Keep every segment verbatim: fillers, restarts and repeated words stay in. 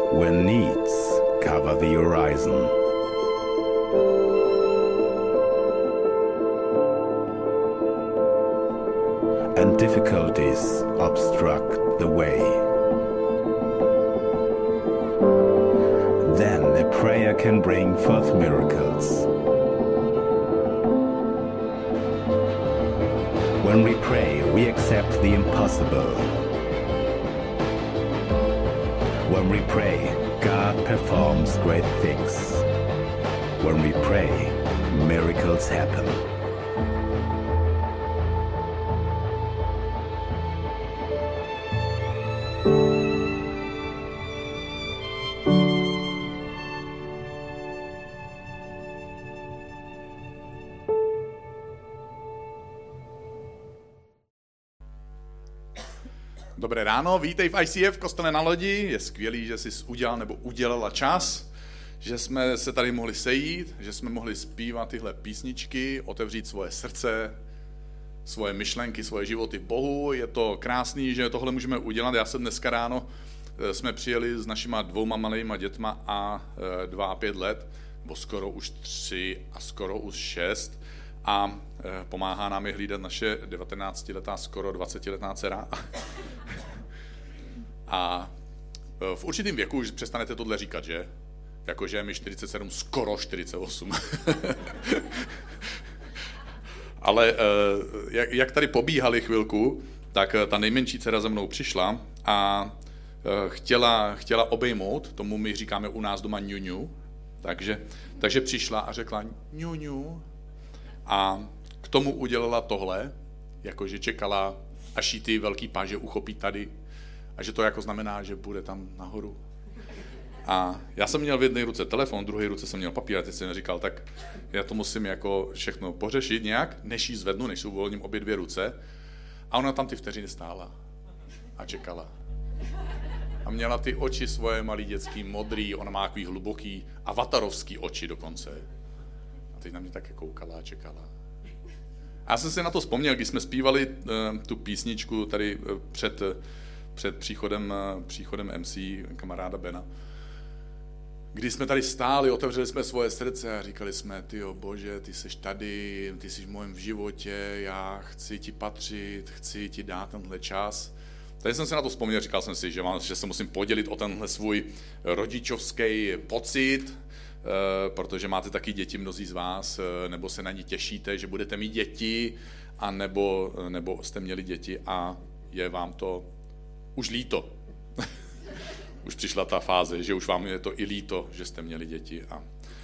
when needs cover the horizon. And difficulties obstruct the way. Then a prayer can bring forth miracles. When we pray, we accept the impossible. When we pray, God performs great things. When we pray, miracles happen. Dobré ráno, vítej v I C F v kostele na lodi. Je skvělý, že jsi udělal nebo udělala čas, že jsme se tady mohli sejít, že jsme mohli zpívat tyhle písničky, otevřít svoje srdce, svoje myšlenky, svoje životy Bohu. Je to krásný, že tohle můžeme udělat. Já jsem dneska ráno, jsme přijeli s našima dvouma malýma dětma a dva a pět let, nebo skoro už tři a skoro už šest. A pomáhá nám je hlídat naše devatenáctiletá, skoro dvacetiletá dcera. A v určitém věku už přestanete tohle říkat, že? Jakože je mi čtyřicet sedm, skoro čtyřicet osm. Ale jak tady pobíhali chvilku, tak ta nejmenší dcera za mnou přišla a chtěla, chtěla obejmout, tomu my říkáme u nás doma ňuňu, takže, takže přišla a řekla ňuňu a k tomu udělala tohle, jakože čekala, až jí ty velký páže uchopí tady a že to jako znamená, že bude tam nahoru. A já jsem měl v jedné ruce telefon, v druhé ruce jsem měl papír a teď jsem říkal, tak já to musím jako všechno pořešit nějak, než jí zvednu, než uvolním obě dvě ruce. A ona tam ty vteřiny stála a čekala. A měla ty oči svoje malý dětský, modrý, ona má takový hluboký, avatarovský oči dokonce. A teď na mě také koukala a čekala. A já jsem si na to vzpomněl, když jsme zpívali uh, tu písničku tady uh, před, uh, před příchodem, uh, příchodem M C, kamaráda Bena. Když jsme tady stáli, otevřeli jsme svoje srdce a říkali jsme, tyjo Bože, ty jsi tady, ty jsi v mém životě, já chci ti patřit, chci ti dát tenhle čas. Tady jsem se na to vzpomněl, říkal jsem si, že, mám, že se musím podělit o tenhle svůj rodičovský pocit, protože máte taky děti mnozí z vás, nebo se na ní těšíte, že budete mít děti, a nebo, nebo jste měli děti a je vám to už líto. Už přišla ta fáze, že už vám je to i líto, že jste měli děti. A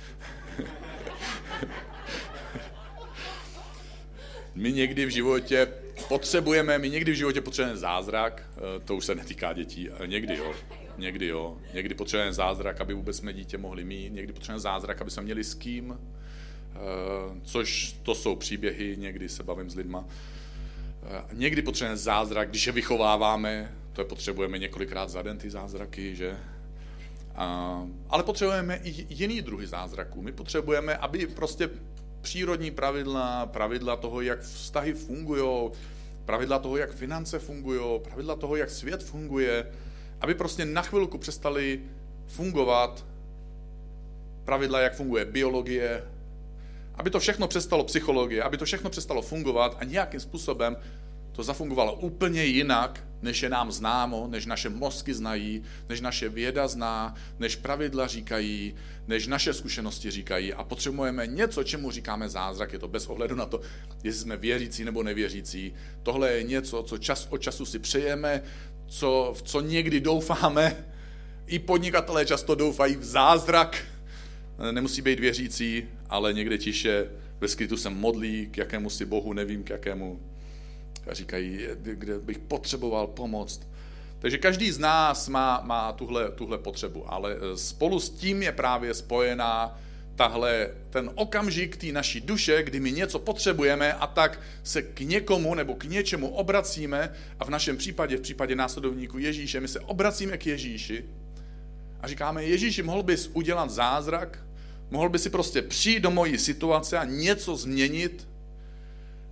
my někdy v životě potřebujeme, my někdy v životě potřebujeme zázrak, to už se netýká dětí, někdy jo. Někdy jo, někdy potřebujeme zázrak, aby vůbec jsme dítě mohli mít, někdy potřebujeme zázrak, aby jsme měli s kým, což to jsou příběhy, někdy se bavím s lidma. Někdy potřebujeme zázrak, když je vychováváme, to je potřebujeme několikrát za den ty zázraky, že? Ale potřebujeme i jiný druhy zázraků. My potřebujeme, aby prostě přírodní pravidla, pravidla toho, jak vztahy fungují, pravidla toho, jak finance fungují, pravidla toho, jak svět funguje, aby prostě na chvilku přestali fungovat pravidla, jak funguje biologie, aby to všechno přestalo psychologie, aby to všechno přestalo fungovat a nějakým způsobem to zafungovalo úplně jinak, než je nám známo, než naše mozky znají, než naše věda zná, než pravidla říkají, než naše zkušenosti říkají a potřebujeme něco, čemu říkáme zázrak, je to bez ohledu na to, jestli jsme věřící nebo nevěřící. Tohle je něco, co čas od času si přejeme, co, v co někdy doufáme. I podnikatelé často doufají v zázrak. Nemusí být věřící, ale někde tiše ve skrytu se modlí k jakému si Bohu, nevím k jakému. A říkají, kde bych potřeboval pomoct. Takže každý z nás má, má tuhle, tuhle potřebu, ale spolu s tím je právě spojená tahle, ten okamžik té naší duše, kdy my něco potřebujeme a tak se k někomu nebo k něčemu obracíme a v našem případě, v případě následovníků Ježíše, my se obracíme k Ježíši a říkáme, Ježíši, mohl bys udělat zázrak, mohl bys si prostě přijít do mojí situace a něco změnit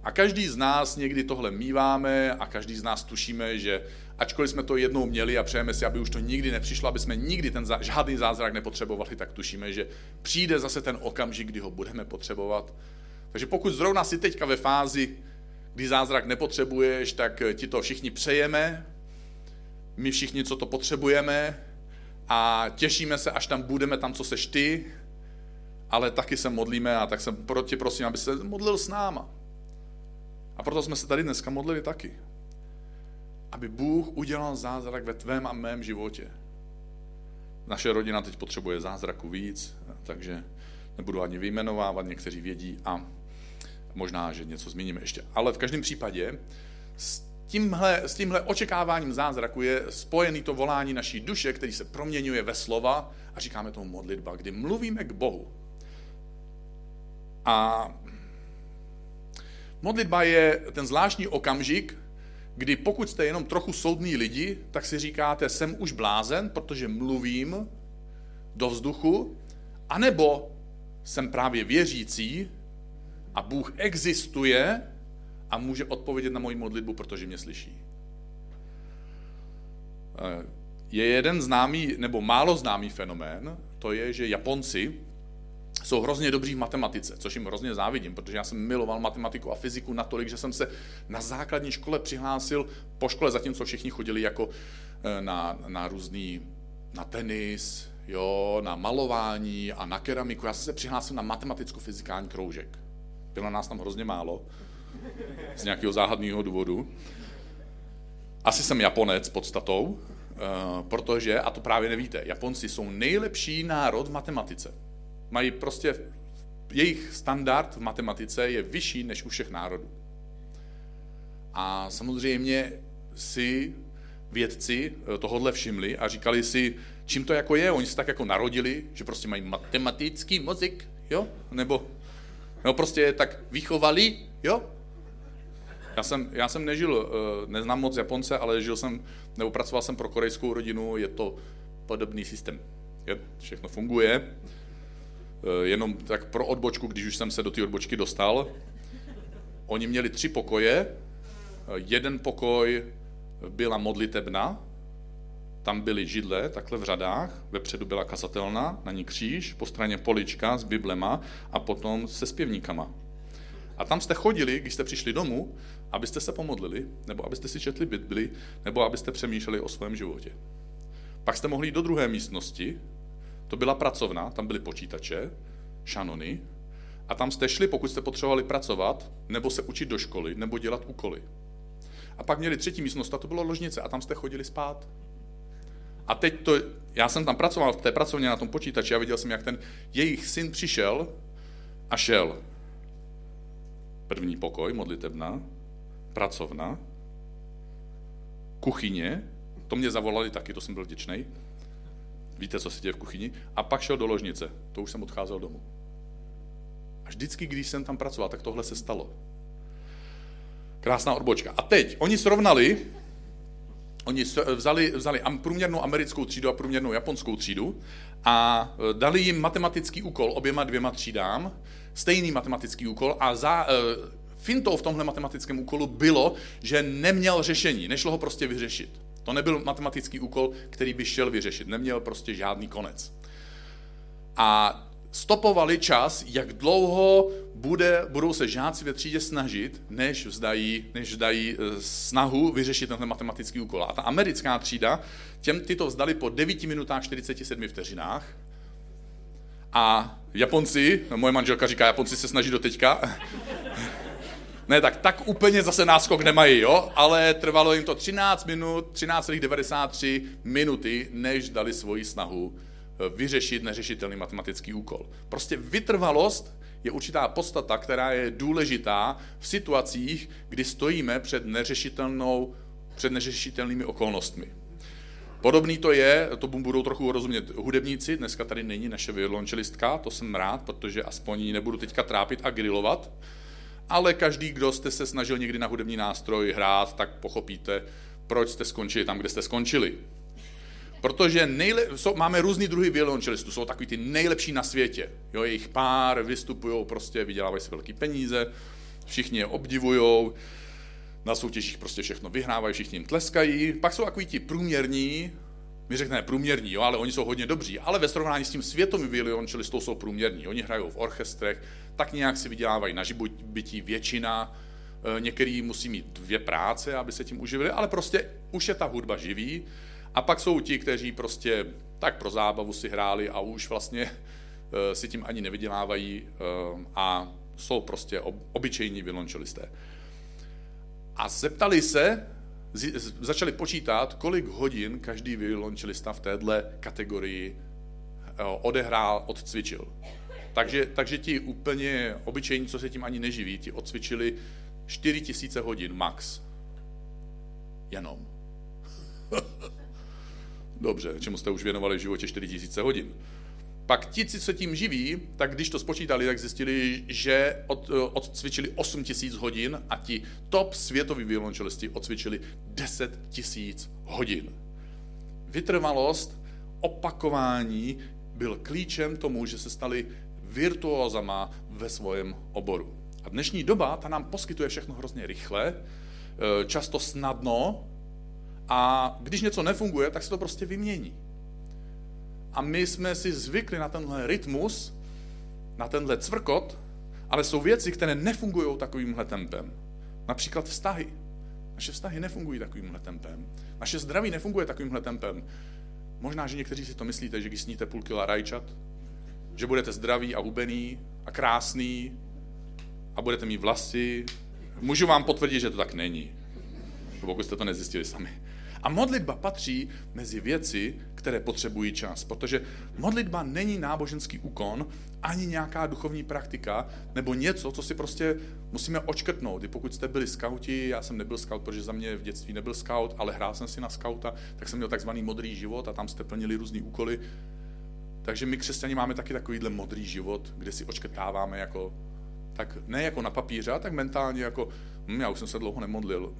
A každý z nás někdy tohle míváme a každý z nás tušíme, že ačkoliv jsme to jednou měli a přejeme si, aby už to nikdy nepřišlo, aby jsme nikdy ten zá, žádný zázrak nepotřebovali, tak tušíme, že přijde zase ten okamžik, kdy ho budeme potřebovat. Takže pokud zrovna si teďka ve fázi, kdy zázrak nepotřebuješ, tak ti to všichni přejeme, my všichni, co to potřebujeme a těšíme se, až tam budeme, tam, co seš ty, ale taky se modlíme a tak se tě prosím, aby se modlil s náma. A proto jsme se tady dneska modlili taky. Aby Bůh udělal zázrak ve tvém a mém životě. Naše rodina teď potřebuje zázraku víc, takže nebudu ani vyjmenovávat, někteří vědí a možná, že něco zmíníme ještě. Ale v každém případě s tímhle, s tímhle očekáváním zázraku je spojený to volání naší duše, který se proměňuje ve slova a říkáme tomu modlitba, kdy mluvíme k Bohu. A modlitba je ten zvláštní okamžik, kdy pokud jste jenom trochu soudní lidi, tak si říkáte, jsem už blázen, protože mluvím do vzduchu, anebo jsem právě věřící a Bůh existuje a může odpovědět na moji modlitbu, protože mě slyší. Je jeden známý, nebo málo známý fenomén, to je, že Japonci jsou hrozně dobří v matematice, což jim hrozně závidím, protože já jsem miloval matematiku a fyziku natolik, že jsem se na základní škole přihlásil po škole, zatímco všichni chodili jako na, na různý, na tenis, jo, na malování a na keramiku. Já jsem se přihlásil na matematicko-fyzikální kroužek. Bylo nás tam hrozně málo, z nějakého záhadného důvodu. Asi jsem Japonec podstatou, protože, a to právě nevíte, Japonci jsou nejlepší národ v matematice. Mají prostě, jejich standard v matematice je vyšší než u všech národů. A samozřejmě si vědci tohodle všimli a říkali si, čím to jako je, oni se tak jako narodili, že prostě mají matematický mozek, jo, nebo, nebo prostě je tak vychovali, jo. Já jsem, já jsem nežil, neznám moc Japonce, ale žil jsem, nebo pracoval jsem pro korejskou rodinu, je to podobný systém. Je, všechno funguje. Jenom tak pro odbočku, když už jsem se do té odbočky dostal. Oni měli tři pokoje. Jeden pokoj byla modlitebna, tam byly židle, takhle v řadách, vepředu byla kazatelna, na ní kříž, po straně polička s biblema a potom se zpěvníkama. A tam jste chodili, když jste přišli domů, abyste se pomodlili, nebo abyste si četli Bibli, nebo abyste přemýšleli o svém životě. Pak jste mohli jít do druhé místnosti, to byla pracovna, tam byly počítače, šanony, a tam jste šli, pokud jste potřebovali pracovat, nebo se učit do školy, nebo dělat úkoly. A pak měli třetí místnost, a to bylo ložnice, a tam jste chodili spát. A teď to, já jsem tam pracoval v té pracovně na tom počítači a viděl jsem, jak ten jejich syn přišel a šel. První pokoj, modlitebna, pracovna, kuchyně, to mě zavolali taky, to jsem byl vděčnej. Víte, co se děje v kuchyni? A pak šel do ložnice, to už jsem odcházel domů. A vždycky, když jsem tam pracoval, tak tohle se stalo. Krásná odbočka. A teď, oni srovnali, oni vzali, vzali průměrnou americkou třídu a průměrnou japonskou třídu a dali jim matematický úkol oběma dvěma třídám, stejný matematický úkol a za, fintou v tomhle matematickém úkolu bylo, že neměl řešení, nešlo ho prostě vyřešit. To nebyl matematický úkol, který by šel vyřešit, neměl prostě žádný konec. A stopovali čas, jak dlouho bude, budou se žáci ve třídě snažit, než vzdají, než vzdají snahu vyřešit tenhle matematický úkol. A ta americká třída, těm ty to vzdali po devíti minutách čtyřiceti sedmi vteřinách. A Japonci, no moje manželka říká, Japonci se snaží do teďka. Ne, tak tak úplně zase náskok nemají, jo, ale trvalo jim to třináct minut, třináct celá devadesát tři minuty, než dali svoji snahu vyřešit neřešitelný matematický úkol. Prostě vytrvalost je určitá podstata, která je důležitá v situacích, kdy stojíme před neřešitelnou, před neřešitelnými okolnostmi. Podobný to je, to budou trochu rozumět hudebníci, dneska tady není naše violončelistka, to jsem rád, protože aspoň ji nebudu teďka trápit a grilovat, ale každý, kdo jste se snažil někdy na hudební nástroj hrát, tak pochopíte, proč jste skončili tam, kde jste skončili. Protože nejle- jsou, máme různý druhy violončelistů, jsou takový ty nejlepší na světě. Jo, jejich pár vystupují, prostě vydělávají si velký peníze, všichni je obdivujou, na soutěžích prostě všechno vyhrávají, všichni jim tleskají. Pak jsou takový ti průměrní, my řekneme průměrní, jo, ale oni jsou hodně dobří, ale ve srovnání s tím světovým violončelistou jsou průměrní. Oni hrajou v orchestrech, tak nějak si vydělávají na živobytí většina, některý musí mít dvě práce, aby se tím uživili, ale prostě už je ta hudba živý. A pak jsou ti, kteří prostě tak pro zábavu si hráli a už vlastně si tím ani nevydělávají a jsou prostě obyčejní violončelisté. A zeptali se, začali počítat, kolik hodin každý violončelista v této kategorii odehrál, odcvičil. Takže, takže ti úplně obyčejní, co se tím ani neživí, ti odcvičili čtyři tisíce hodin max. Jenom. Dobře, čemu jste už věnovali v životě čtyři tisíce hodin. Pak ti, co se tím živí, tak když to spočítali, tak zjistili, že od, odcvičili osm tisíc hodin a ti top světoví violončelisti odcvičili deset tisíc hodin. Vytrvalost, opakování byl klíčem tomu, že se stali virtuózama ve svém oboru. A dnešní doba, ta nám poskytuje všechno hrozně rychle, často snadno, a když něco nefunguje, tak se to prostě vymění. A my jsme si zvykli na tenhle rytmus, na tenhle cvrkot, ale jsou věci, které nefungují takovýmhle tempem. Například vztahy. Naše vztahy nefungují takovýmhle tempem. Naše zdraví nefunguje takovýmhle tempem. Možná, že někteří si to myslíte, že když sníte půl kila rajčat, že budete zdraví a hubený a krásný a budete mít vlasy. Můžu vám potvrdit, že to tak není. Pokud jste to nezjistili sami. A modlitba patří mezi věci, které potřebují čas, protože modlitba není náboženský úkon, ani nějaká duchovní praktika, nebo něco, co si prostě musíme očkrtnout. I pokud jste byli skauti, já jsem nebyl skaut, protože za mě v dětství nebyl skaut, ale hrál jsem si na skauta, tak jsem měl takzvaný modrý život a tam jste plnili různý úkoly. Takže my křesťani máme taky takovýhle modrý život, kde si očkrtáváme jako, tak ne jako na papíře, tak mentálně jako, hm, já už jsem se dlouho nemodlil.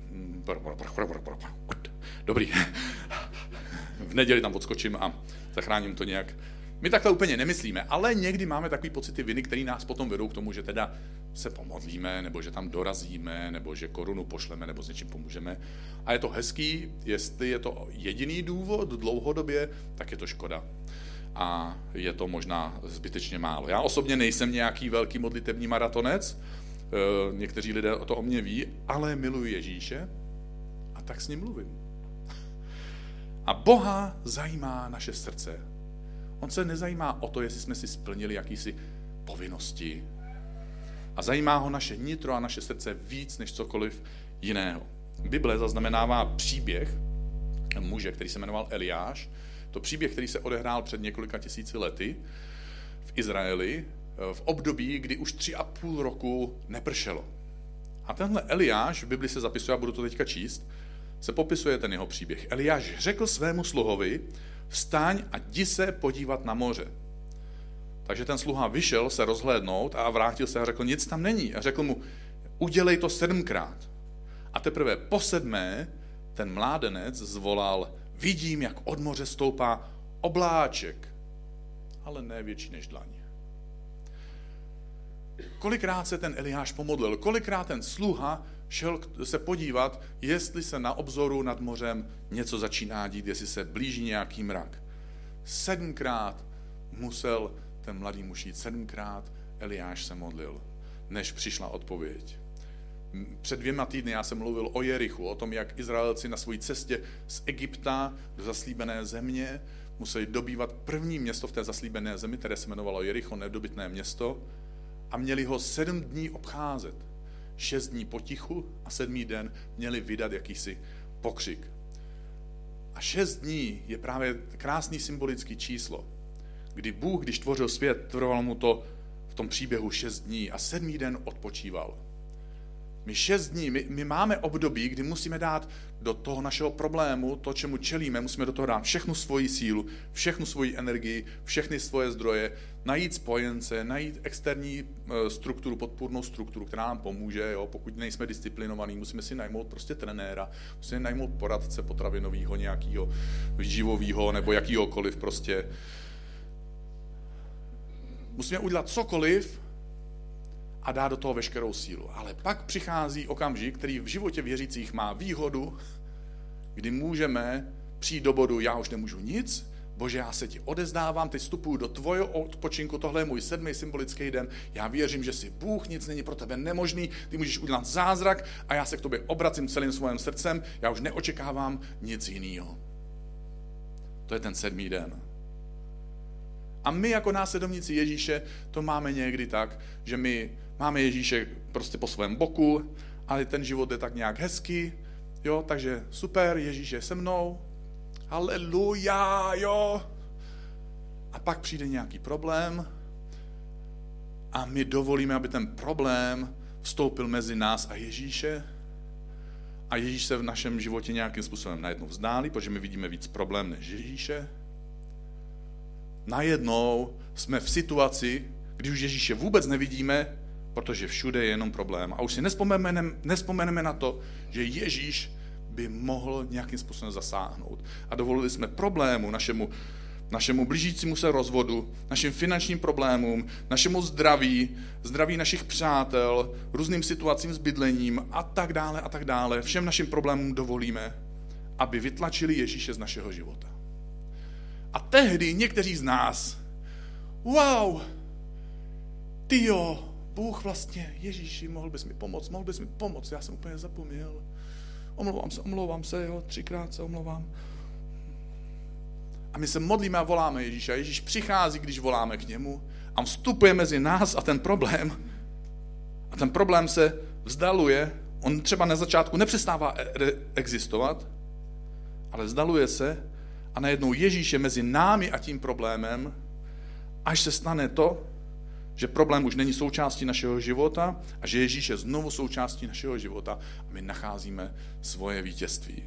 Dobrý. V neděli tam odskočím a zachráním to nějak. My takhle úplně nemyslíme, ale někdy máme takový pocity viny, které nás potom vedou k tomu, že teda se pomodlíme, nebo že tam dorazíme, nebo že korunu pošleme, nebo s něčím pomůžeme. A je to hezký, jestli je to jediný důvod dlouhodobě, tak je to škoda. A je to možná zbytečně málo. Já osobně nejsem nějaký velký modlitební maratonec, někteří lidé o to o mě ví, ale miluji Ježíše a tak s ním mluvím. A Boha zajímá naše srdce. On se nezajímá o to, jestli jsme si splnili jakýsi povinnosti. A zajímá ho naše nitro a naše srdce víc než cokoliv jiného. Bible zaznamenává příběh muže, který se jmenoval Eliáš. To příběh, který se odehrál před několika tisíci lety v Izraeli, v období, kdy už tři a půl roku nepršelo. A tenhle Eliáš, v Bibli se zapisuje, a budu to teďka číst, se popisuje ten jeho příběh. Eliáš řekl svému sluhovi, vstaň a jdi se podívat na moře. Takže ten sluha vyšel se rozhlédnout a vrátil se a řekl, nic tam není. A řekl mu, udělej to sedmkrát. A teprve po sedmé ten mládenec zvolal, vidím, jak od moře stoupá obláček, ale ne větší než dlaň. Kolikrát se ten Eliáš pomodlil, kolikrát ten sluha šel se podívat, jestli se na obzoru nad mořem něco začíná dít, jestli se blíží nějaký mrak. Sedmkrát musel ten mladý muž jít, sedmkrát Eliáš se modlil, než přišla odpověď. Před dvěma týdny já jsem mluvil o Jerichu, o tom, jak Izraelci na své cestě z Egypta do zaslíbené země museli dobývat první město v té zaslíbené zemi, které se jmenovalo Jericho, nedobytné město, a měli ho sedm dní obcházet. Šest dní potichu a sedmý den měli vydat jakýsi pokřik. A šest dní je právě krásný symbolický číslo, kdy Bůh, když tvořil svět, trvalo mu to v tom příběhu šest dní a sedmý den odpočíval. My šest dní, my, my máme období, kdy musíme dát do toho našeho problému, to, čemu čelíme, musíme do toho dát všechnu svoji sílu, všechnu svoji energii, všechny svoje zdroje, najít spojence, najít externí e, strukturu, podpůrnou strukturu, která nám pomůže. Jo? Pokud nejsme disciplinovaní, musíme si najmout prostě trenéra, musíme najmout poradce potravinového, nějakého výživového nebo jakýhokoliv prostě. Musíme udělat cokoliv, a dá do toho veškerou sílu. Ale pak přichází okamžik, který v životě věřících má výhodu, kdy můžeme přijít do bodu, já už nemůžu nic, Bože, já se ti odezdávám, teď vstupuju do tvojho odpočinku, tohle je můj sedmý symbolický den, já věřím, že jsi Bůh, nic není pro tebe nemožný, ty můžeš udělat zázrak a já se k tobě obracím celým svým srdcem, já už neočekávám nic jiného. To je ten sedmý den. A my jako následovníci Ježíše to máme někdy tak, že my máme Ježíše prostě po svém boku, ale ten život je tak nějak hezký, jo, takže super, Ježíš je se mnou, haleluja, jo. A pak přijde nějaký problém a my dovolíme, aby ten problém vstoupil mezi nás a Ježíše a Ježíš se v našem životě nějakým způsobem najednou vzdálí, protože my vidíme víc problém než Ježíše. Najednou jsme v situaci, když už Ježíše vůbec nevidíme, protože všude je jenom problém. A už si nespomeneme, nespomeneme na to, že Ježíš by mohl nějakým způsobem zasáhnout. A dovolili jsme problému, našemu, našemu blížícímu se rozvodu, našim finančním problémům, našemu zdraví, zdraví našich přátel, různým situacím s bydlením a tak dále a tak dále. Všem našim problémům dovolíme, aby vytlačili Ježíše z našeho života. A tehdy někteří z nás, wow, tyjo, Bůh vlastně, Ježíši, mohl bys mi pomoct, mohl bys mi pomoct, já jsem úplně zapomněl. Omlouvám se, omlouvám se, jo, třikrát se omlouvám. A my se modlíme a voláme Ježíše. A Ježíš přichází, když voláme k němu a on vstupuje mezi nás a ten problém. A ten problém se vzdaluje. On třeba na začátku nepřestává existovat, ale vzdaluje se a najednou Ježíš je mezi námi a tím problémem, až se stane to, že problém už není součástí našeho života a že Ježíš je znovu součástí našeho života a my nacházíme svoje vítězství.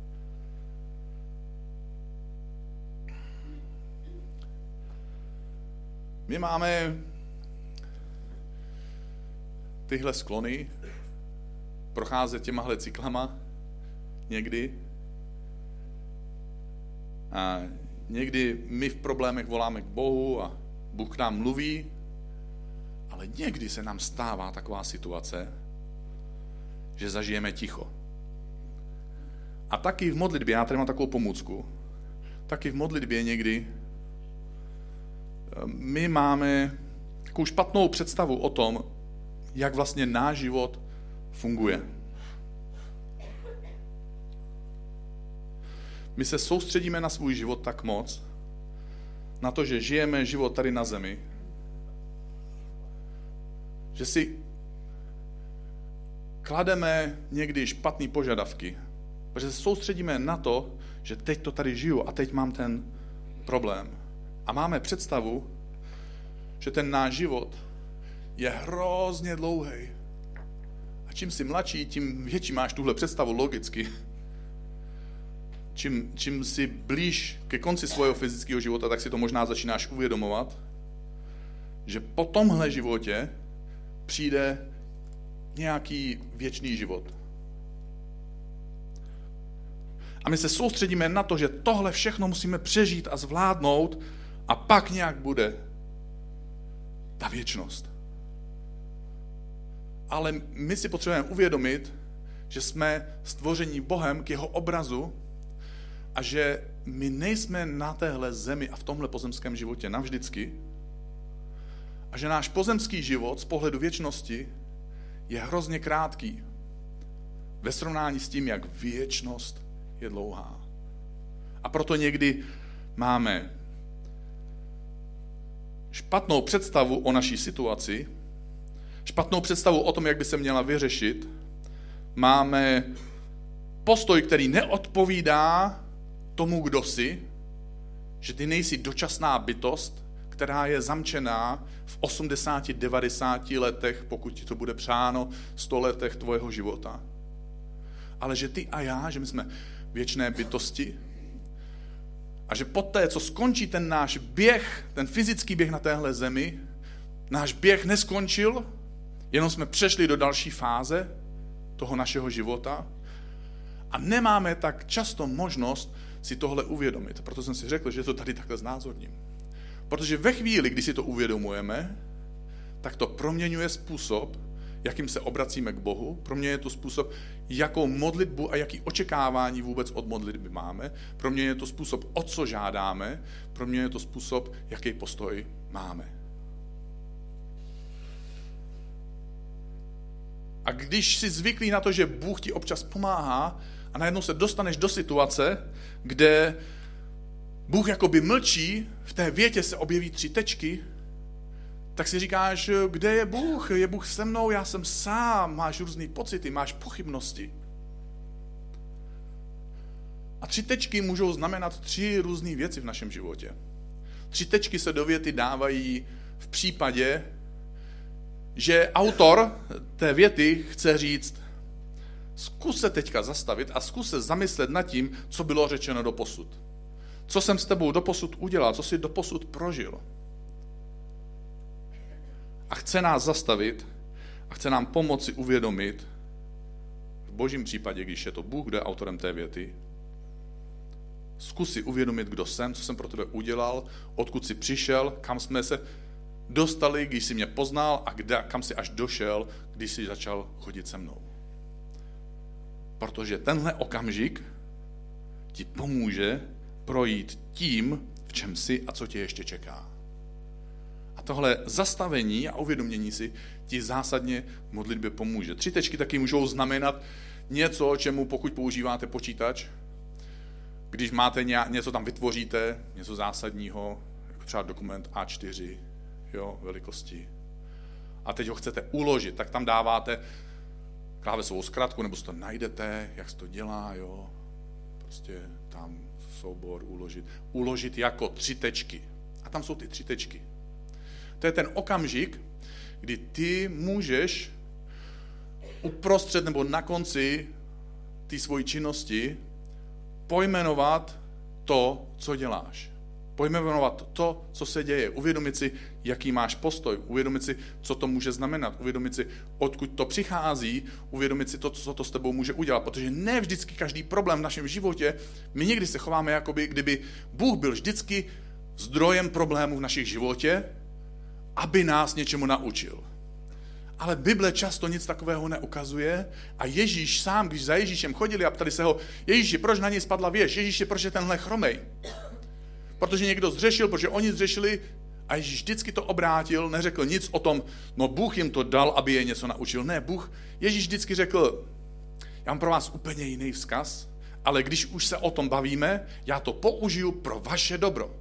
My máme tyhle sklony procházet těmahle cyklama někdy a někdy my v problémech voláme k Bohu a Bůh k nám mluví, ale někdy se nám stává taková situace, že zažijeme ticho. A taky v modlitbě, já tady mám takovou pomůcku, taky v modlitbě někdy my máme takovou špatnou představu o tom, jak vlastně náš život funguje. My se soustředíme na svůj život tak moc, na to, že žijeme život tady na zemi, že si klademe někdy špatné požadavky, protože se soustředíme na to, že teď to tady žiju a teď mám ten problém. A máme představu, že ten náš život je hrozně dlouhý. A čím jsi mladší, tím větší máš tuhle představu logicky. Čím, čím jsi blíž ke konci svého fyzického života, tak si to možná začínáš uvědomovat, že po tomhle životě přijde nějaký věčný život. A my se soustředíme na to, že tohle všechno musíme přežít a zvládnout a pak nějak bude ta věčnost. Ale my si potřebujeme uvědomit, že jsme stvoření Bohem k jeho obrazu a že my nejsme na téhle zemi a v tomhle pozemském životě navždycky a že náš pozemský život z pohledu věčnosti je hrozně krátký ve srovnání s tím, jak věčnost je dlouhá. A proto někdy máme špatnou představu o naší situaci, špatnou představu o tom, jak by se měla vyřešit, máme postoj, který neodpovídá tomu, kdo jsi, že ty nejsi dočasná bytost, která je zamčená v osmdesáti, devadesáti letech, pokud ti to bude přáno, sto letech tvojeho života. Ale že ty a já, že my jsme věčné bytosti a že poté, co skončí ten náš běh, ten fyzický běh na téhle zemi, náš běh neskončil, jenom jsme přešli do další fáze toho našeho života a nemáme tak často možnost si tohle uvědomit. Proto jsem si řekl, že to tady takhle znázorním. Protože ve chvíli, kdy si to uvědomujeme, tak to proměňuje způsob, jakým se obracíme k Bohu, proměňuje to způsob, jakou modlitbu a jaký očekávání vůbec od modlitby máme, proměňuje to způsob, o co žádáme, proměňuje to způsob, jaký postoj máme. A když jsi zvyklý na to, že Bůh ti občas pomáhá a najednou se dostaneš do situace, kde Bůh jakoby mlčí, v té větě se objeví tři tečky, tak si říkáš, kde je Bůh? Je Bůh se mnou? Já jsem sám. Máš různý pocity, máš pochybnosti. A tři tečky můžou znamenat tři různé věci v našem životě. Tři tečky se do věty dávají v případě, že autor té věty chce říct, zkus se teďka zastavit a zkus se zamyslet nad tím, co bylo řečeno doposud. Co jsem s tebou doposud udělal, co jsi doposud prožil. A chce nás zastavit a chce nám pomoci uvědomit, v božím případě, když je to Bůh, kdo je autorem té věty, zkus si uvědomit, kdo jsem, co jsem pro tebe udělal, odkud jsi přišel, kam jsme se dostali, když jsi mě poznal a kde, kam jsi až došel, když jsi začal chodit se mnou. Protože tenhle okamžik ti pomůže projít tím, v čem jsi a co tě ještě čeká. A tohle zastavení a uvědomění si ti zásadně v modlitbě pomůže. Tři tečky taky můžou znamenat něco, čemu pokud používáte počítač, když máte něco tam vytvoříte, něco zásadního, jako třeba dokument á čtyři, jo, velikosti, a teď ho chcete uložit, tak tam dáváte klávesovou zkratku, nebo si to najdete, jak se to dělá, jo, prostě tam soubor uložit. Uložit jako tři tečky. A tam jsou ty tři tečky. To je ten okamžik, kdy ty můžeš uprostřed nebo na konci té svojí činnosti pojmenovat to, co děláš. Pojmenovat to, co se děje. Uvědomit si, jaký máš postoj. Uvědomit si, co to může znamenat. Uvědomit si, odkud to přichází. Uvědomit si to, co to s tebou může udělat. Protože ne vždycky každý problém v našem životě, my někdy se chováme, jakoby, kdyby Bůh byl vždycky zdrojem problémů v našich životě, aby nás něčemu naučil. Ale Bible často nic takového neukazuje a Ježíš sám, když za Ježíšem chodili a ptali se ho, Ježíši, proč na něj spadla věž? Ježíši, proč je tenhle chromej? Protože někdo zřešil, protože oni zřešili a Ježíš vždycky to obrátil, neřekl nic o tom, no Bůh jim to dal, aby je něco naučil. Ne, Bůh, Ježíš vždycky řekl, já mám pro vás úplně jiný vzkaz, ale když už se o tom bavíme, já to použiju pro vaše dobro.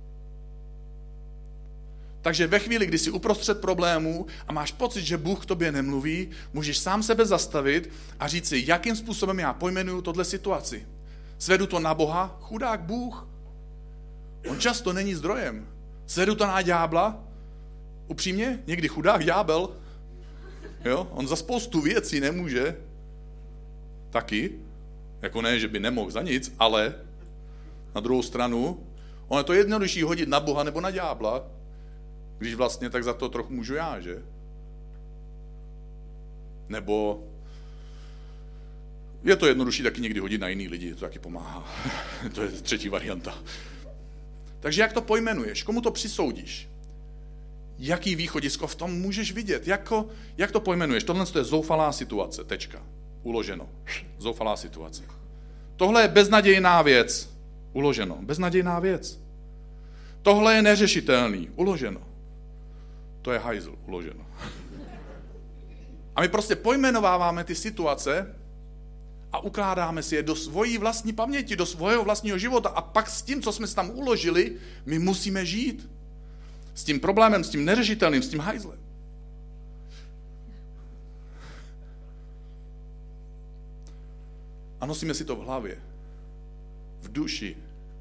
Takže ve chvíli, kdy jsi uprostřed problémů a máš pocit, že Bůh k tobě nemluví, můžeš sám sebe zastavit a říct si, jakým způsobem já pojmenuju tohle situaci. Svedu to na Boha, chudák Bůh. On často není zdrojem. Svedu to na ďábla, upřímně, někdy chudák ďábel. Jo? On za spoustu věcí nemůže. Taky. Jako ne, že by nemohl za nic, ale na druhou stranu, on je to jednodušší hodit na Boha nebo na ďábla, když vlastně tak za to trochu můžu já, že? Nebo je to jednodušší taky někdy hodit na jiný lidi, to taky pomáhá. To je třetí varianta. Takže jak to pojmenuješ? Komu to přisoudíš? Jaký východisko v tom můžeš vidět? Jako, jak to pojmenuješ? Tohle je zoufalá situace, tečka. Uloženo. Zoufalá situace. Tohle je beznadějná věc. Uloženo. Beznadějná věc. Tohle je neřešitelný. Uloženo. To je hajzl. Uloženo. A my prostě pojmenováváme ty situace a ukládáme si je do svojí vlastní paměti, do svého vlastního života a pak s tím, co jsme si tam uložili, my musíme žít. S tím problémem, s tím neřešitelným, s tím hajzlem. A nosíme si to v hlavě, v duši.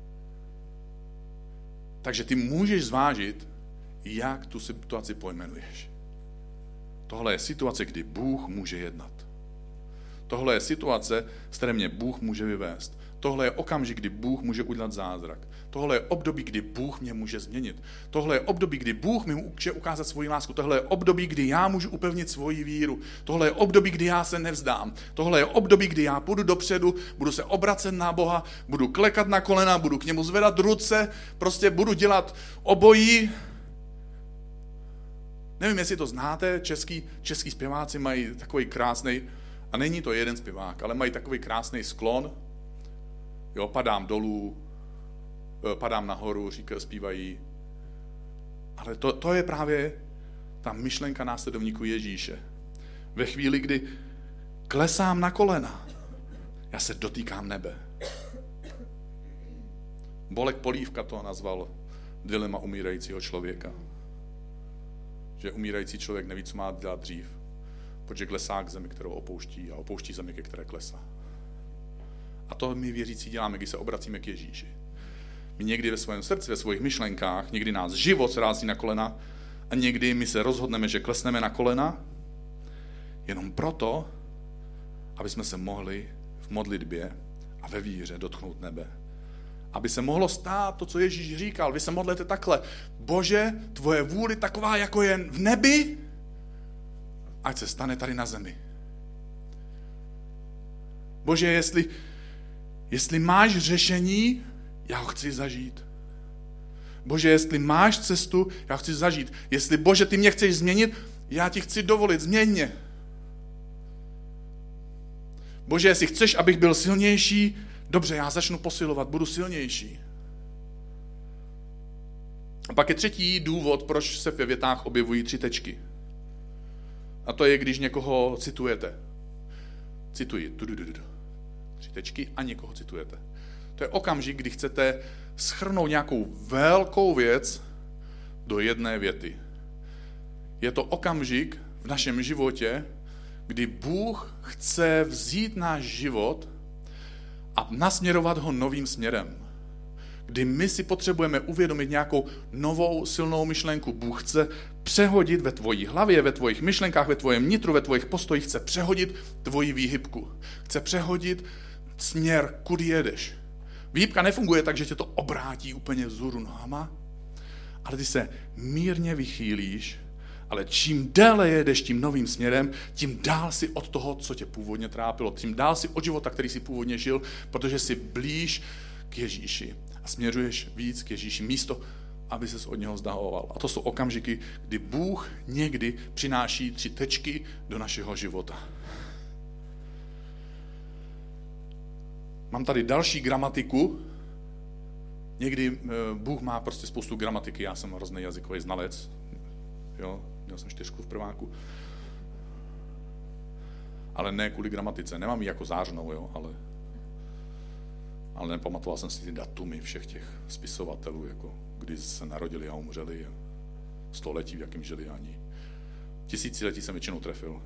Takže ty můžeš zvážit, jak tu situaci pojmenuješ. Tohle je situace, kdy Bůh může jednat. Tohle je situace, z které mě Bůh může vyvést. Tohle je okamžik, kdy Bůh může udělat zázrak. Tohle je období, kdy Bůh mě může změnit. Tohle je období, kdy Bůh mi může ukázat svoji lásku. Tohle je období, kdy já můžu upevnit svoji víru. Tohle je období, kdy já se nevzdám. Tohle je období, kdy já půjdu dopředu, budu se obracet na Boha, budu klekat na kolena, budu k němu zvedat ruce, prostě budu dělat obojí. Nevím, jestli to znáte, český, český zpěváci mají takový krásný, a není to jeden zpěvák, ale mají takový krásný sklon. Jo, padám dolů, padám nahoru, říkají, zpívají. Ale to, to je právě ta myšlenka následovníků Ježíše. Ve chvíli, kdy klesám na kolena, já se dotýkám nebe. Bolek Polívka to nazval dilema umírajícího člověka. Že umírající člověk neví, co má dělat dřív, protože klesá k zemi, kterou opouští, a opouští zemi, ke které klesá. A to my věřící děláme, když se obracíme k Ježíši. My někdy ve svém srdci, ve svých myšlenkách, někdy nás život srází na kolena a někdy my se rozhodneme, že klesneme na kolena jenom proto, aby jsme se mohli v modlitbě a ve víře dotknout nebe. Aby se mohlo stát to, co Ježíš říkal. Vy se modlete takhle. Bože, tvoje vůle taková, jako je v nebi, ať se stane tady na zemi. Bože, jestli, jestli máš řešení, já ho chci zažít. Bože, jestli máš cestu, já ho chci zažít. Jestli, Bože, ty mě chceš změnit, já ti chci dovolit, změň mě. Bože, jestli chceš, abych byl silnější, dobře, já začnu posilovat, budu silnější. A pak je třetí důvod, proč se ve větách objevují tři tečky. A to je, když někoho citujete. Cituji. Tři tečky a někoho citujete. To je okamžik, kdy chcete shrnout nějakou velkou věc do jedné věty. Je to okamžik v našem životě, kdy Bůh chce vzít náš život a nasměrovat ho novým směrem. Kdy my si potřebujeme uvědomit nějakou novou silnou myšlenku. Bůh chce přehodit ve tvojí hlavě, ve tvojich myšlenkách, ve tvojím nitru, ve tvojich postojích, chce přehodit tvoji výhybku. Chce přehodit směr, kudy jedeš. Výhybka nefunguje tak, že tě to obrátí úplně vzhůru nohama, ale ty se mírně vychýlíš, ale čím déle jedeš tím novým směrem, tím dál si od toho, co tě původně trápilo, tím dál si od života, který si původně žil, protože jsi blíž k Ježíši a směřuješ víc k Ježíši, místo, aby ses od něho vzdahoval. A to jsou okamžiky, kdy Bůh někdy přináší tři tečky do našeho života. Mám tady další gramatiku. Někdy Bůh má prostě spoustu gramatiky, já jsem hrozný jazykový znalec. Jo, měl jsem čtyřku v prváku. Ale ne kvůli gramatice, nemám ji jako zářnou, jo, ale, ale nepamatoval jsem si ty datumy všech těch spisovatelů, jako kdy se narodili a umřeli, století, v jakém žili ani. Tisíciletí jsem většinou trefil.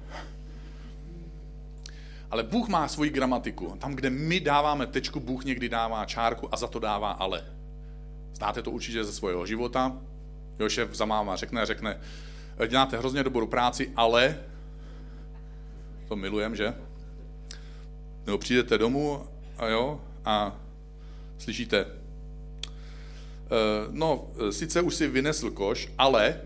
Ale Bůh má svoji gramatiku. Tam, kde my dáváme tečku, Bůh někdy dává čárku a za to dává ale. Znáte to určitě ze svého života. Jo, šéf za máma řekne, řekne, děláte hrozně dobrou práci, ale, to milujem, že? Nebo přijdete domů a jo, a slyšíte, no, sice už si vynesl koš, ale,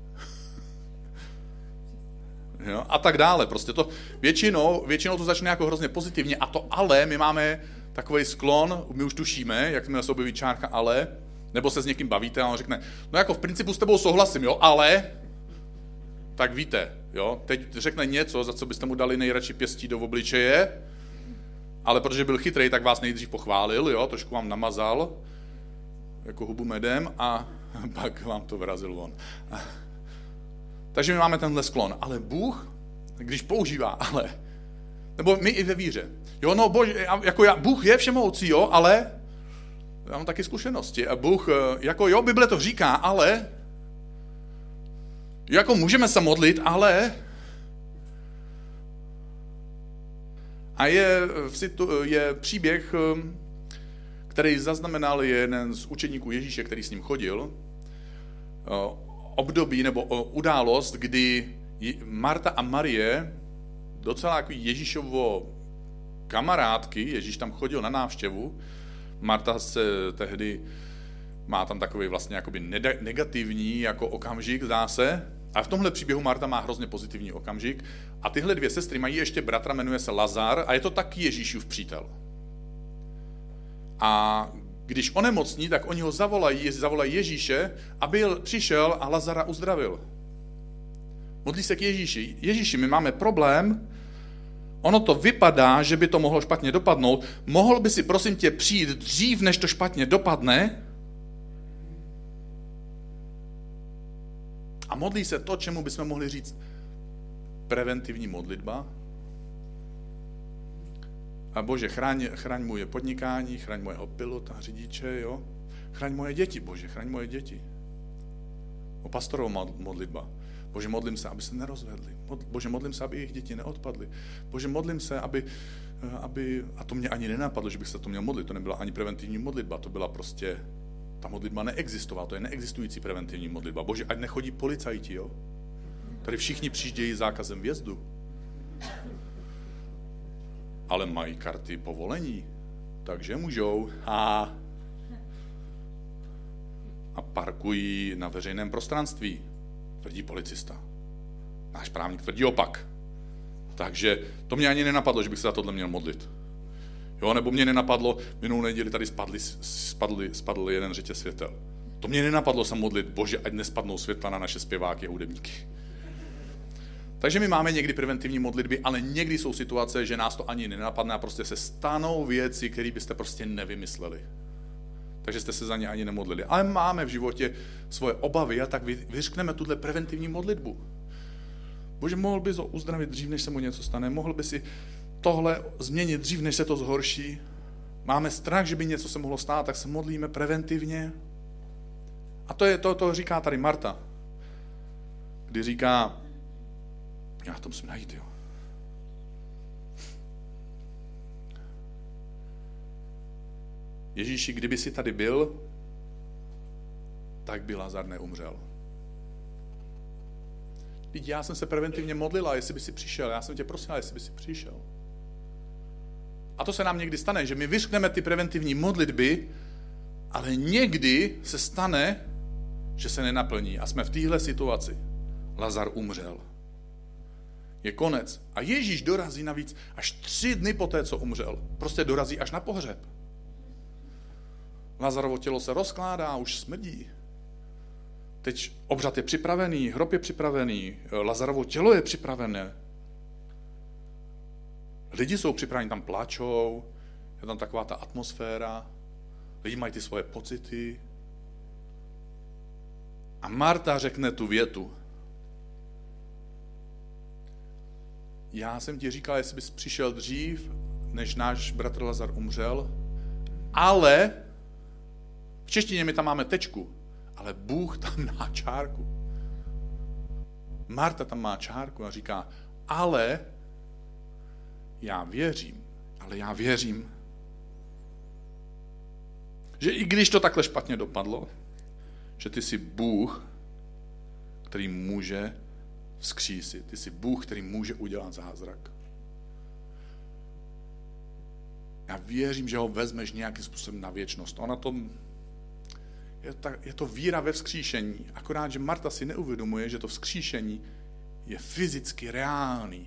jo, a tak dále. Prostě to většinou, většinou to začne jako hrozně pozitivně a to ale, my máme takový sklon, my už tušíme, jak se objeví čárka ale, nebo se s někým bavíte a on řekne, no jako v principu s tebou souhlasím, jo, ale, tak víte, jo, teď řekne něco, za co byste mu dali nejradši pěstí do obličeje, ale protože byl chytrej, tak vás nejdřív pochválil, jo, trošku vám namazal, jako hubu medem a pak vám to vrazil von. Takže my máme tenhle sklon, ale Bůh, když používá ale, nebo my i ve víře, jo, no bože, jako já, Bůh je všemohoucí, jo, ale já mám taky zkušenosti a Bůh, jako jo, Bible to říká, ale, jako můžeme se modlit, ale, a je, je příběh, který zaznamenal jeden z učeníků Ježíše, který s ním chodil, období nebo událost, kdy Marta a Marie, docela jako Ježíšovo kamarádky, Ježíš tam chodil na návštěvu, Marta se tehdy má tam takový vlastně jakoby negativní jako okamžik, zdá se. A v tomhle příběhu Marta má hrozně pozitivní okamžik. A tyhle dvě sestry mají ještě bratra, jmenuje se Lazar a je to taky Ježíšův přítel. A když onemocní, tak oni ho zavolají, zavolají Ježíše, aby přišel a Lazara uzdravil. Modlí se k Ježíši. Ježíši, my máme problém, ono to vypadá, že by to mohlo špatně dopadnout. Mohl by si prosím tě přijít dřív, než to špatně dopadne? A modlí se to, čemu bychom mohli říct preventivní modlitba. A Bože, chraň, chraň moje podnikání, chraň mojeho pilota, řidiče, jo? Chraň moje děti, Bože, chraň moje děti. O pastorovou modlitba. Bože, modlím se, aby se nerozvedli. Bože, modlím se, aby jejich děti neodpadly. Bože, modlím se, aby, aby... A to mě ani nenapadlo, že bych se to měl modlit. To nebyla ani preventivní modlitba, to byla prostě... Ta modlitba neexistovala, to je neexistující preventivní modlitba. Bože, ať nechodí policajti, jo? Tady všichni přijíždějí zákazem vjezdu. Ale mají karty povolení, takže můžou. A, a parkují na veřejném prostranství, tvrdí policista. Náš právník tvrdí opak. Takže to mě ani nenapadlo, že bych se za tohle měl modlit. Jo, nebo mě nenapadlo, minulou neděli tady spadli, spadli, spadl jeden řetěz světel. To mě nenapadlo se modlit, Bože, ať nespadnou světla na naše zpěváky a hudebníky. Takže my máme někdy preventivní modlitby, ale někdy jsou situace, že nás to ani nenapadne a prostě se stanou věci, které byste prostě nevymysleli. Takže jste se za ně ani nemodlili. Ale máme v životě svoje obavy a tak vyřkneme tuhle preventivní modlitbu. Bože, mohl bys ho uzdravit dřív, než se mu něco stane, mohl by si tohle změnit dřív, než se to zhorší. Máme strach, že by něco se mohlo stát, tak se modlíme preventivně. A to je to, to říká tady Marta, kdy říká, já to musím najít, jo. Ježíši, kdyby jsi tady byl, tak by Lazar neumřel. Vždyť já jsem se preventivně modlila, jestli by si přišel. Já jsem tě prosila, jestli by si přišel. A to se nám někdy stane, že my vyřkneme ty preventivní modlitby, ale někdy se stane, že se nenaplní. A jsme v téhle situaci. Lazar umřel. Je konec. A Ježíš dorazí navíc až tři dny poté, co umřel. Prostě dorazí až na pohřeb. Lazarovo tělo se rozkládá, už smrdí. Teď obřad je připravený, hrob je připravený, Lazarovo tělo je připravené. Lidi jsou připraveni, tam pláčou, je tam taková ta atmosféra, lidi mají ty svoje pocity. A Marta řekne tu větu. Já jsem ti říkal, jestli bys přišel dřív, než náš bratr Lazar umřel, ale v češtině my tam máme tečku, ale Bůh tam má čárku. Marta tam má čárku a říká, ale já věřím, ale já věřím, že i když to takhle špatně dopadlo, že ty jsi Bůh, který může vzkřísit. Ty jsi Bůh, který může udělat zázrak. Já věřím, že ho vezmeš nějakým způsobem na věčnost. Ona to, je, ta, je to víra ve vzkříšení. Akorát, že Marta si neuvědomuje, že to vzkříšení je fyzicky reálný.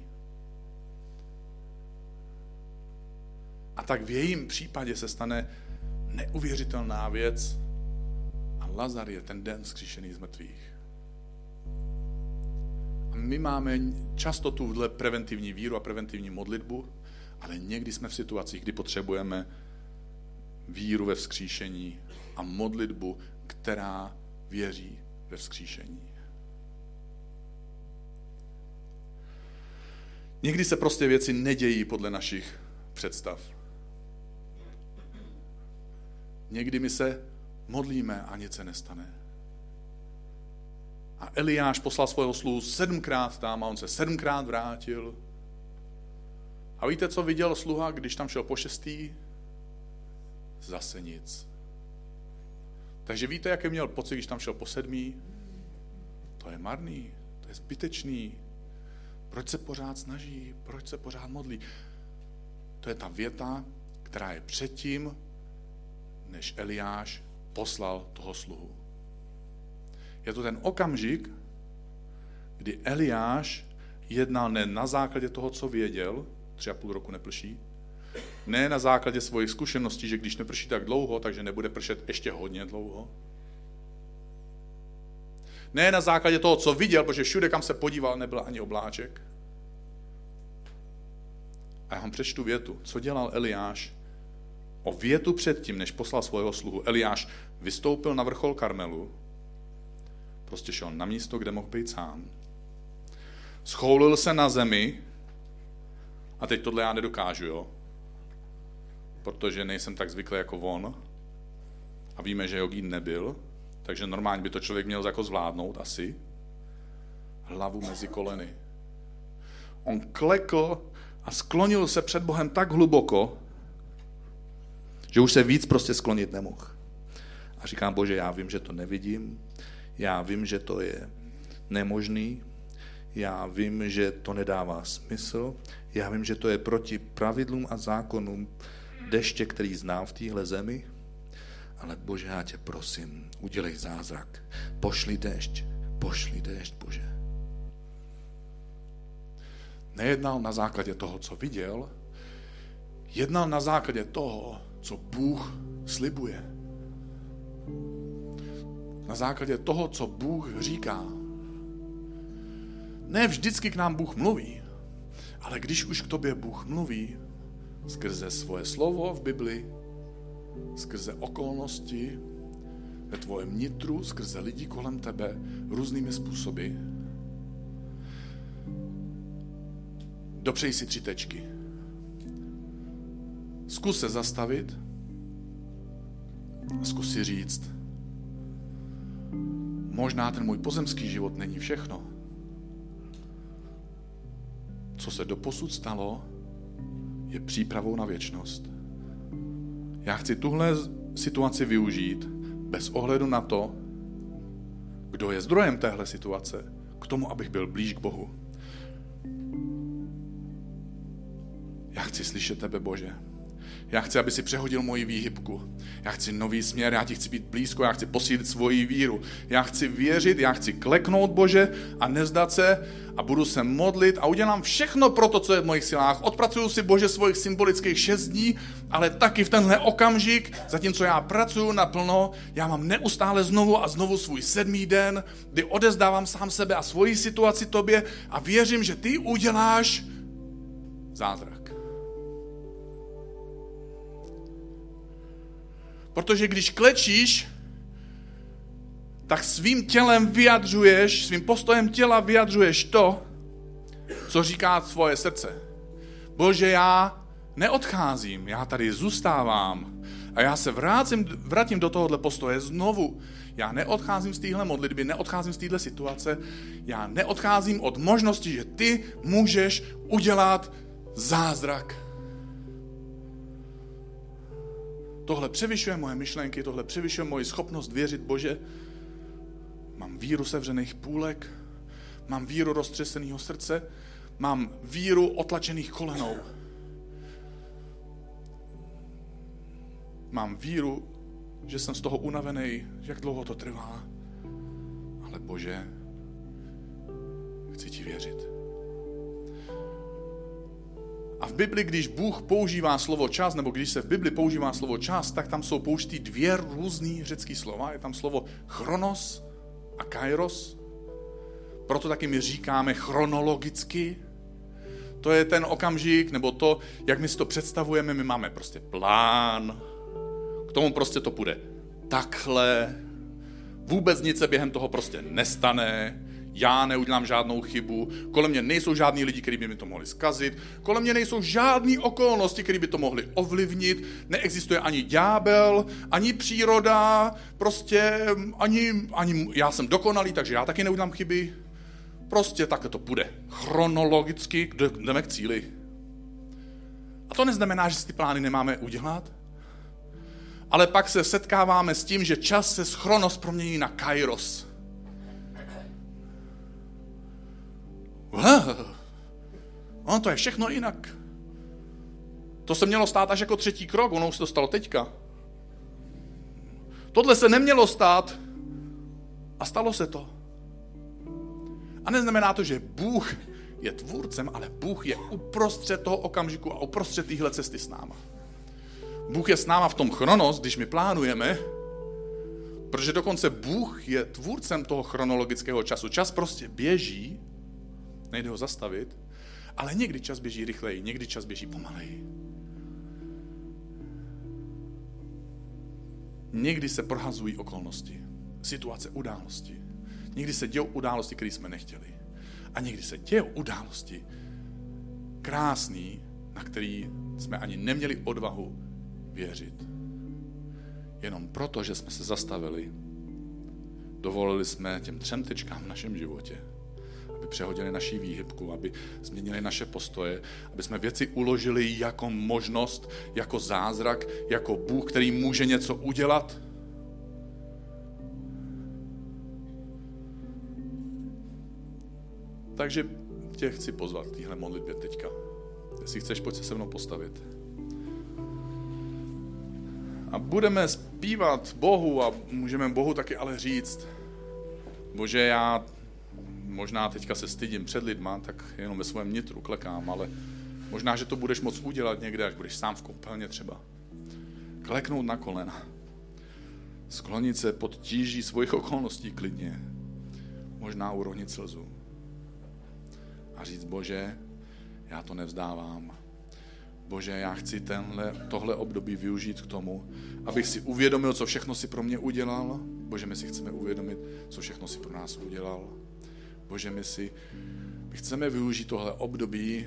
A tak v jejím případě se stane neuvěřitelná věc a Lazar je ten den vzkříšený z mrtvých. A my máme často tuhle preventivní víru a preventivní modlitbu, ale někdy jsme v situacích, kdy potřebujeme víru ve vzkříšení a modlitbu, která věří ve vzkříšení. Někdy se prostě věci nedějí podle našich představ. Někdy my se modlíme a nic se nestane. A Eliáš poslal svého sluhu sedmkrát tam a on se sedmkrát vrátil. A víte, co viděl sluha, když tam šel po šestý? Zase nic. Takže víte, jaký měl pocit, když tam šel po sedmý? To je marný, to je zbytečný. Proč se pořád snaží? Proč se pořád modlí? To je ta věta, která je předtím, než Eliáš poslal toho sluhu. Je to ten okamžik, kdy Eliáš jednal ne na základě toho, co věděl, tři a půl roku neprší, ne na základě svojich zkušeností, že když neprší tak dlouho, takže nebude pršet ještě hodně dlouho. Ne na základě toho, co viděl, protože všude, kam se podíval, nebyl ani obláček. A já vám přečtu větu. Co dělal Eliáš? O větu předtím, než poslal svého sluhu. Eliáš vystoupil na vrchol Karmelu, prostě šel na místo, kde mohl být sám. Schoulil se na zemi, a teď tohle já nedokážu, jo? Protože nejsem tak zvyklý jako on. A víme, že jogín nebyl, takže normálně by to člověk měl jako zvládnout asi. Hlavu mezi koleny. On klekl a sklonil se před Bohem tak hluboko, že už se víc prostě sklonit nemohl. A říkám, Bože, já vím, že to nevidím, já vím, že to je nemožný, já vím, že to nedává smysl, já vím, že to je proti pravidlům a zákonům deště, který znám v téhle zemi, ale Bože, já tě prosím, udělej zázrak, pošli déšť, pošli déšť, Bože. Nejednal na základě toho, co viděl, jednal na základě toho, co Bůh slibuje. Na základě toho, co Bůh říká. Ne vždycky k nám Bůh mluví, ale když už k tobě Bůh mluví, skrze svoje slovo v Bibli, skrze okolnosti ve tvojem nitru, skrze lidi kolem tebe, různými způsoby. Dopřej si tři tečky. Zkus se zastavit a zkus si říct, možná ten můj pozemský život není všechno. Co se doposud stalo, je přípravou na věčnost. Já chci tuhle situaci využít bez ohledu na to, kdo je zdrojem téhle situace, k tomu, abych byl blíž k Bohu. Já chci slyšet tebe, Bože. Já chci, aby si přehodil moji výhybku. Já chci nový směr, já ti chci být blízko, já chci posílit svoji víru. Já chci věřit, já chci kleknout, Bože, a nezdat se a budu se modlit a udělám všechno pro to, co je v mojich silách. Odpracuju si, Bože, svojich symbolických šest dní, ale taky v tenhle okamžik, zatímco já pracuju naplno, já mám neustále znovu a znovu svůj sedmý den, kdy odezdávám sám sebe a svoji situaci tobě a věřím, že ty uděláš zázrak. Protože když klečíš, tak svým tělem vyjadřuješ, svým postojem těla vyjadřuješ to, co říká svoje srdce. Bože, já neodcházím, já tady zůstávám a já se vrátím, vrátím do tohohle postoje znovu. Já neodcházím z téhle modlitby, neodcházím z téhle situace, já neodcházím od možnosti, že ty můžeš udělat zázrak. Tohle převyšuje moje myšlenky, tohle převyšuje moji schopnost věřit, Bože. Mám víru sevřených půlek, mám víru roztřeseného srdce, mám víru otlačených kolenou. Mám víru, že jsem z toho unavený, jak dlouho to trvá. Ale Bože, chci ti věřit. A v Bibli, když Bůh používá slovo čas, nebo když se v Bibli používá slovo čas, tak tam jsou použitý dvě různý řecký slova. Je tam slovo chronos a kairos. Proto taky my říkáme chronologicky. To je ten okamžik, nebo to, jak my si to představujeme. My máme prostě plán. K tomu prostě to půjde takhle. Vůbec nic se během toho prostě nestane. Já neudělám žádnou chybu, kolem mě nejsou žádní lidi, kteří by mi to mohli zkazit, kolem mě nejsou žádné okolnosti, které by to mohly ovlivnit, neexistuje ani ďábel, ani příroda, prostě ani, ani já jsem dokonalý, takže já taky neudělám chyby. Prostě takhle to půjde. Chronologicky jdeme k cíli. A to neznamená, že si ty plány nemáme udělat, ale pak se setkáváme s tím, že čas se z chronos promění na kairos. Ono to je všechno jinak. To se mělo stát až jako třetí krok, ono už se to stalo teďka. Tohle se nemělo stát a stalo se to. A neznamená to, že Bůh je tvůrcem, ale Bůh je uprostřed toho okamžiku a uprostřed téhle cesty s náma. Bůh je s náma v tom chronos, když my plánujeme, Protože dokonce Bůh je tvůrcem toho chronologického času. Čas prostě běží, nejde ho zastavit, ale někdy čas běží rychleji, někdy čas běží pomaleji. Někdy se prohazují okolnosti, situace, události. Někdy se dějou události, které jsme nechtěli. A někdy se dějou události krásný, na který jsme ani neměli odvahu věřit. Jenom proto, že jsme se zastavili, dovolili jsme těm třem tečkám v našem životě, aby přehodili naši výhybku, aby změnili naše postoje, aby jsme věci uložili jako možnost, jako zázrak, jako Bůh, který může něco udělat. Takže tě chci pozvat k téhle modlitbě teďka. Jestli chceš, pojď se se mnou postavit. A budeme zpívat Bohu a můžeme Bohu taky ale říct, Bože, já možná teďka se stydím před lidma, tak jenom ve svém nitru klekám, ale možná, že to budeš moc udělat někde, až budeš sám v koupelně třeba. Kleknout na kolena. Sklonit se pod tíží svých okolností klidně. Možná uronit slzu. A říct, Bože, já to nevzdávám. Bože, já chci tenhle, tohle období využít k tomu, abych si uvědomil, co všechno si pro mě udělal. Bože, my si chceme uvědomit, co všechno si pro nás udělal. Bože, my si my chceme využít tohle období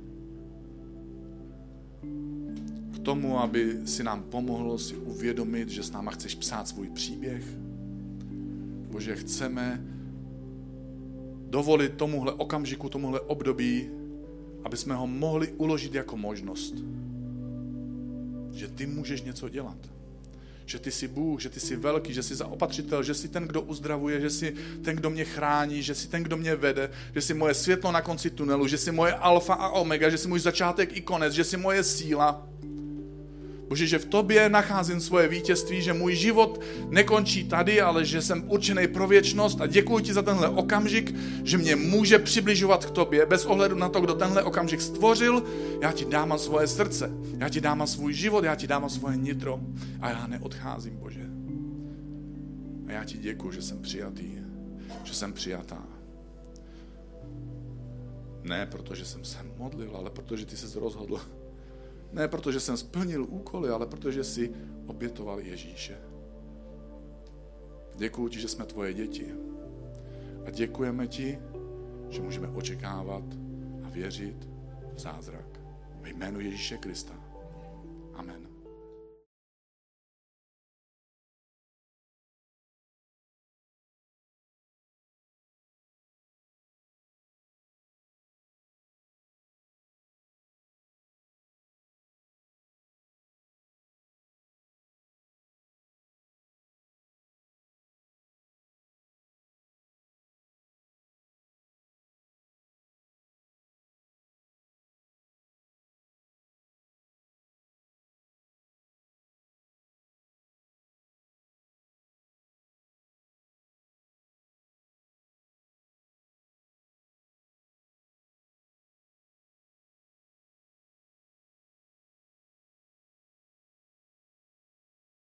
k tomu, aby si nám pomohlo si uvědomit, že s náma chceš psát svůj příběh. Bože, chceme dovolit tomuhle okamžiku, tomuhle období, aby jsme ho mohli uložit jako možnost. Že ty můžeš něco dělat. Že ty jsi Bůh, že ty jsi velký, že jsi zaopatřitel, že jsi ten, kdo uzdravuje, že jsi ten, kdo mě chrání, že jsi ten, kdo mě vede, že jsi moje světlo na konci tunelu, že jsi moje alfa a omega, že jsi můj začátek i konec, že jsi moje síla. Bože, že v tobě nacházím svoje vítězství, že můj život nekončí tady, ale že jsem určený pro věčnost a děkuji ti za tenhle okamžik, že mě může přibližovat k tobě bez ohledu na to, kdo tenhle okamžik stvořil. Já ti dám svoje srdce, já ti dám svůj život, já ti dám svoje nitro a já neodcházím, Bože. A já ti děkuji, že jsem přijatý, že jsem přijatá. Ne protože jsem se modlil, ale protože ty jsi rozhodl. Ne protože jsem splnil úkoly, ale protože jsi obětoval Ježíše. Děkuji ti, že jsme tvoje děti. A děkujeme ti, že můžeme očekávat a věřit v zázrak. Ve jménu Ježíše Krista. Amen.